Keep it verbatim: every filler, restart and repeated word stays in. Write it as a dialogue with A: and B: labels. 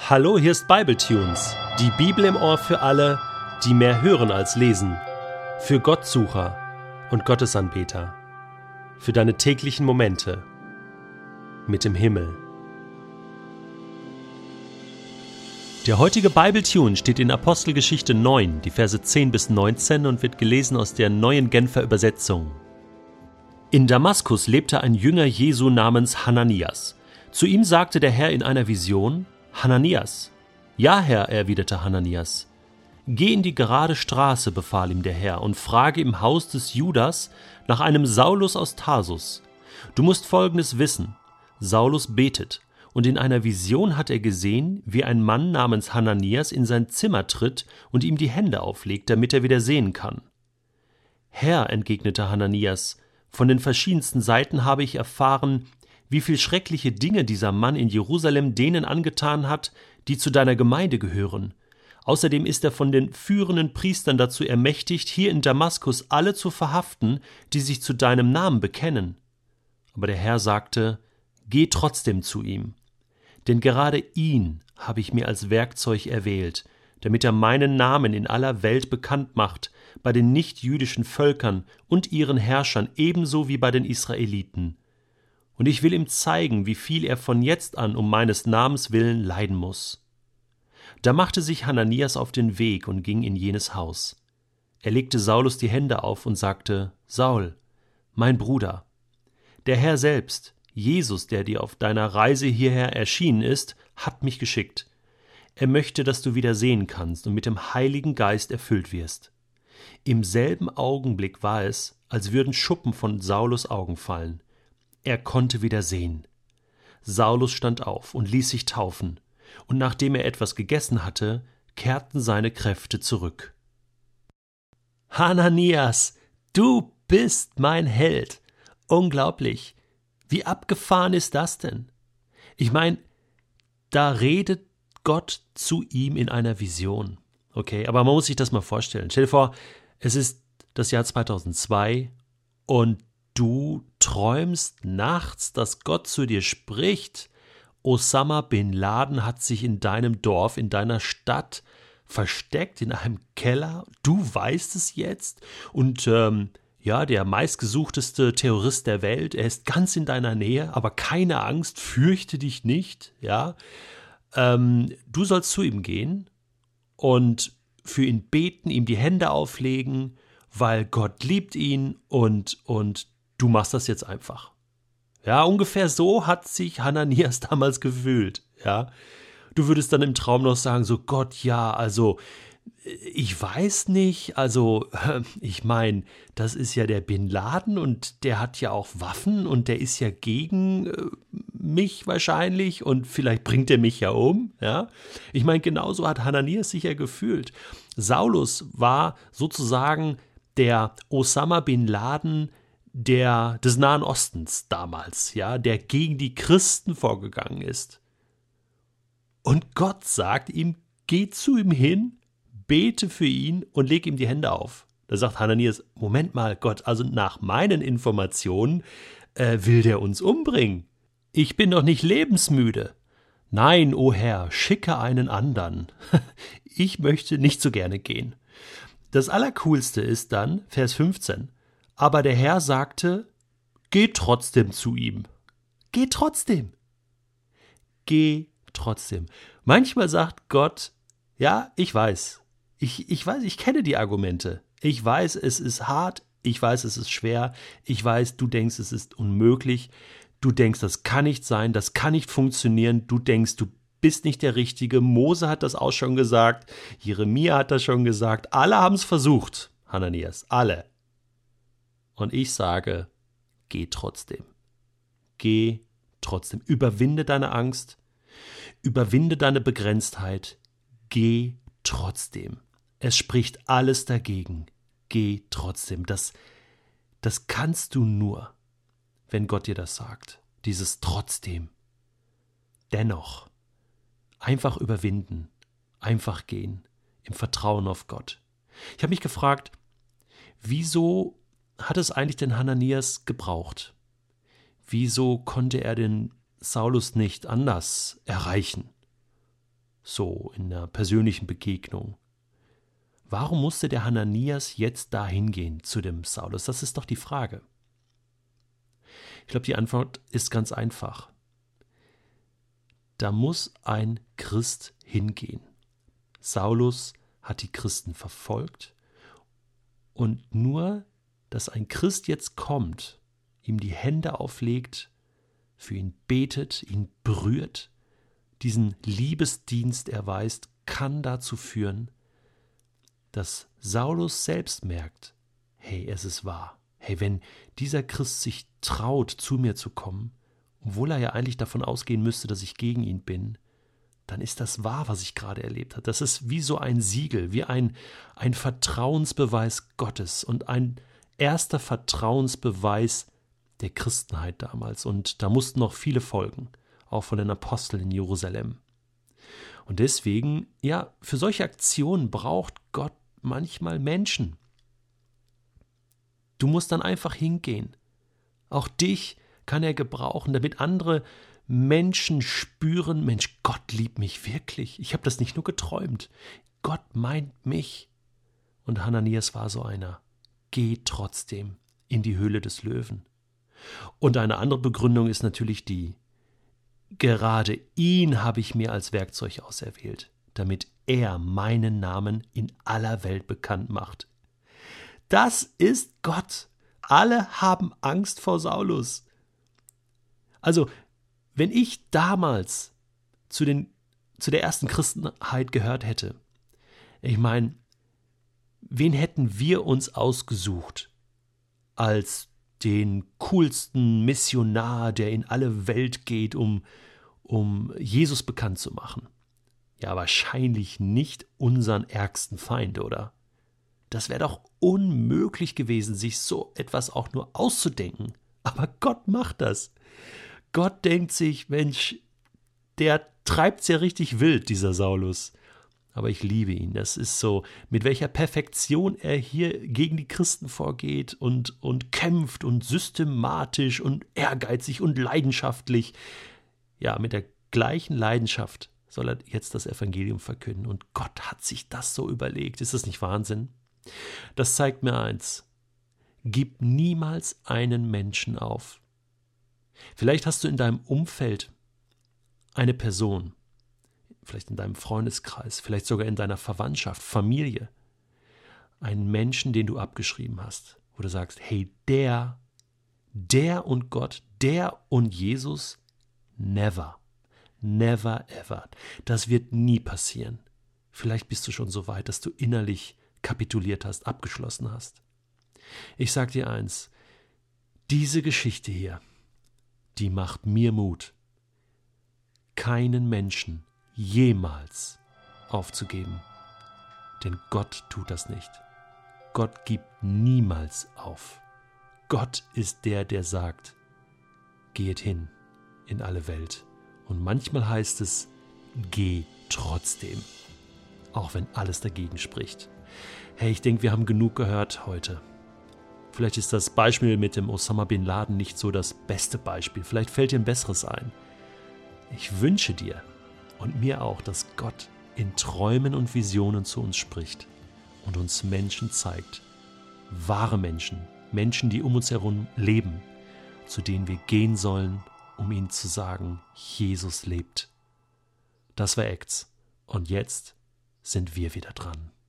A: Hallo, hier ist Bibletunes, die Bibel im Ohr für alle, die mehr hören als lesen, für Gottsucher und Gottesanbeter, für deine täglichen Momente mit dem Himmel. Der heutige Bibletune steht in Apostelgeschichte neun, die Verse zehn bis neunzehn und wird gelesen aus der Neuen Genfer Übersetzung. In Damaskus lebte ein Jünger Jesu namens Hananias. Zu ihm sagte der Herr in einer Vision: Hananias. Ja, Herr, erwiderte Hananias. Geh in die gerade Straße, befahl ihm der Herr, und frage im Haus des Judas nach einem Saulus aus Tarsus. Du musst Folgendes wissen: Saulus betet, und in einer Vision hat er gesehen, wie ein Mann namens Hananias in sein Zimmer tritt und ihm die Hände auflegt, damit er wieder sehen kann. Herr, entgegnete Hananias, von den verschiedensten Seiten habe ich erfahren, wie viel schreckliche Dinge dieser Mann in Jerusalem denen angetan hat, die zu deiner Gemeinde gehören. Außerdem ist er von den führenden Priestern dazu ermächtigt, hier in Damaskus alle zu verhaften, die sich zu deinem Namen bekennen. Aber der Herr sagte: Geh trotzdem zu ihm, denn gerade ihn habe ich mir als Werkzeug erwählt, damit er meinen Namen in aller Welt bekannt macht, bei den nichtjüdischen Völkern und ihren Herrschern ebenso wie bei den Israeliten. Und ich will ihm zeigen, wie viel er von jetzt an um meines Namens willen leiden muss. Da machte sich Hananias auf den Weg und ging in jenes Haus. Er legte Saulus die Hände auf und sagte: Saul, mein Bruder, der Herr selbst, Jesus, der dir auf deiner Reise hierher erschienen ist, hat mich geschickt. Er möchte, dass du wieder sehen kannst und mit dem Heiligen Geist erfüllt wirst. Im selben Augenblick war es, als würden Schuppen von Saulus Augen fallen. Er konnte wieder sehen. Saulus stand auf und ließ sich taufen, und nachdem er etwas gegessen hatte, kehrten seine Kräfte zurück. Hananias, du bist mein Held! Unglaublich! Wie abgefahren ist das denn? Ich meine, da redet Gott zu ihm in einer Vision. Okay, aber man muss sich das mal vorstellen. Stell dir vor, es ist das Jahr zweitausendzwei und du träumst nachts, dass Gott zu dir spricht. Osama bin Laden hat sich in deinem Dorf, in deiner Stadt versteckt, in einem Keller. Du weißt es jetzt. Und ähm, ja, der meistgesuchteste Terrorist der Welt, er ist ganz in deiner Nähe, aber keine Angst, fürchte dich nicht. Ja, ähm, du sollst zu ihm gehen und für ihn beten, ihm die Hände auflegen, weil Gott liebt ihn und, und du machst das jetzt einfach. Ja, ungefähr so hat sich Hananias damals gefühlt. Ja, du würdest dann im Traum noch sagen, so Gott, ja, also ich weiß nicht, also ich meine, das ist ja der Bin Laden und der hat ja auch Waffen und der ist ja gegen äh, mich wahrscheinlich und vielleicht bringt er mich ja um. Ja, ich meine, genauso hat Hananias sich ja gefühlt. Saulus war sozusagen der Osama Bin Laden der des Nahen Ostens damals, ja, der gegen die Christen vorgegangen ist. Und Gott sagt ihm: Geh zu ihm hin, bete für ihn und leg ihm die Hände auf. Da sagt Hananias: Moment mal, Gott, also nach meinen Informationen äh, will der uns umbringen. Ich bin doch nicht lebensmüde. Nein, o Herr, schicke einen anderen. Ich möchte nicht so gerne gehen. Das Allercoolste ist dann, Vers fünfzehn, aber der Herr sagte: Geh trotzdem zu ihm. Geh trotzdem. Geh trotzdem. Manchmal sagt Gott: Ja, ich weiß. Ich, ich weiß, ich kenne die Argumente. Ich weiß, es ist hart. Ich weiß, es ist schwer. Ich weiß, du denkst, es ist unmöglich. Du denkst, das kann nicht sein. Das kann nicht funktionieren. Du denkst, du bist nicht der Richtige. Mose hat das auch schon gesagt. Jeremia hat das schon gesagt. Alle haben es versucht, Hananias. Alle. Und ich sage: Geh trotzdem. Geh trotzdem. Überwinde deine Angst. Überwinde deine Begrenztheit. Geh trotzdem. Es spricht alles dagegen. Geh trotzdem. Das, das kannst du nur, wenn Gott dir das sagt. Dieses trotzdem. Dennoch. Einfach überwinden. Einfach gehen. Im Vertrauen auf Gott. Ich habe mich gefragt, wieso hat es eigentlich den Hananias gebraucht? Wieso konnte er den Saulus nicht anders erreichen? so in einer persönlichen Begegnung. Warum musste der Hananias jetzt da hingehen zu dem Saulus? Das ist doch die Frage. Ich glaube, die Antwort ist ganz einfach. Da muss ein Christ hingehen. Saulus hat die Christen verfolgt und nur, dass ein Christ jetzt kommt, ihm die Hände auflegt, für ihn betet, ihn berührt, diesen Liebesdienst erweist, kann dazu führen, dass Saulus selbst merkt, hey, es ist wahr. Hey, wenn dieser Christ sich traut, zu mir zu kommen, obwohl er ja eigentlich davon ausgehen müsste, dass ich gegen ihn bin, dann ist das wahr, was ich gerade erlebt habe. Das ist wie so ein Siegel, wie ein, ein Vertrauensbeweis Gottes und ein erster Vertrauensbeweis der Christenheit damals. Und da mussten noch viele folgen, auch von den Aposteln in Jerusalem. Und deswegen, ja, für solche Aktionen braucht Gott manchmal Menschen. Du musst dann einfach hingehen. Auch dich kann er gebrauchen, damit andere Menschen spüren, Mensch, Gott liebt mich wirklich. Ich habe das nicht nur geträumt. Gott meint mich. Und Hananias war so einer. Geh trotzdem in die Höhle des Löwen. Und eine andere Begründung ist natürlich die, gerade ihn habe ich mir als Werkzeug auserwählt, damit er meinen Namen in aller Welt bekannt macht. Das ist Gott. Alle haben Angst vor Saulus. Also, wenn ich damals zu, den, zu der ersten Christenheit gehört hätte, ich meine, wen hätten wir uns ausgesucht als den coolsten Missionar, der in alle Welt geht, um, um Jesus bekannt zu machen? Ja, wahrscheinlich nicht unseren ärgsten Feind, oder? Das wäre doch unmöglich gewesen, sich so etwas auch nur auszudenken. Aber Gott macht das. Gott denkt sich, Mensch, der treibt's ja richtig wild, dieser Saulus. Aber ich liebe ihn. Das ist so, mit welcher Perfektion er hier gegen die Christen vorgeht und, und kämpft und systematisch und ehrgeizig und leidenschaftlich. Ja, mit der gleichen Leidenschaft soll er jetzt das Evangelium verkünden. Und Gott hat sich das so überlegt. Ist das nicht Wahnsinn? Das zeigt mir eins. Gib niemals einen Menschen auf. Vielleicht hast du in deinem Umfeld eine Person, vielleicht in deinem Freundeskreis, vielleicht sogar in deiner Verwandtschaft, Familie, einen Menschen, den du abgeschrieben hast, wo du sagst, hey, der, der und Gott, der und Jesus, never, never ever. Das wird nie passieren. Vielleicht bist du schon so weit, dass du innerlich kapituliert hast, abgeschlossen hast. Ich sag dir eins, diese Geschichte hier, die macht mir Mut, keinen Menschen jemals aufzugeben. Denn Gott tut das nicht. Gott gibt niemals auf. Gott ist der, der sagt, geht hin in alle Welt. Und manchmal heißt es, geh trotzdem, auch wenn alles dagegen spricht. Hey, ich denke, wir haben genug gehört heute. Vielleicht ist das Beispiel mit dem Osama Bin Laden nicht so das beste Beispiel. Vielleicht fällt dir ein besseres ein. Ich wünsche dir und mir auch, dass Gott in Träumen und Visionen zu uns spricht und uns Menschen zeigt. Wahre Menschen, Menschen, die um uns herum leben, zu denen wir gehen sollen, um ihnen zu sagen, Jesus lebt. Das war Acts. Und jetzt sind wir wieder dran.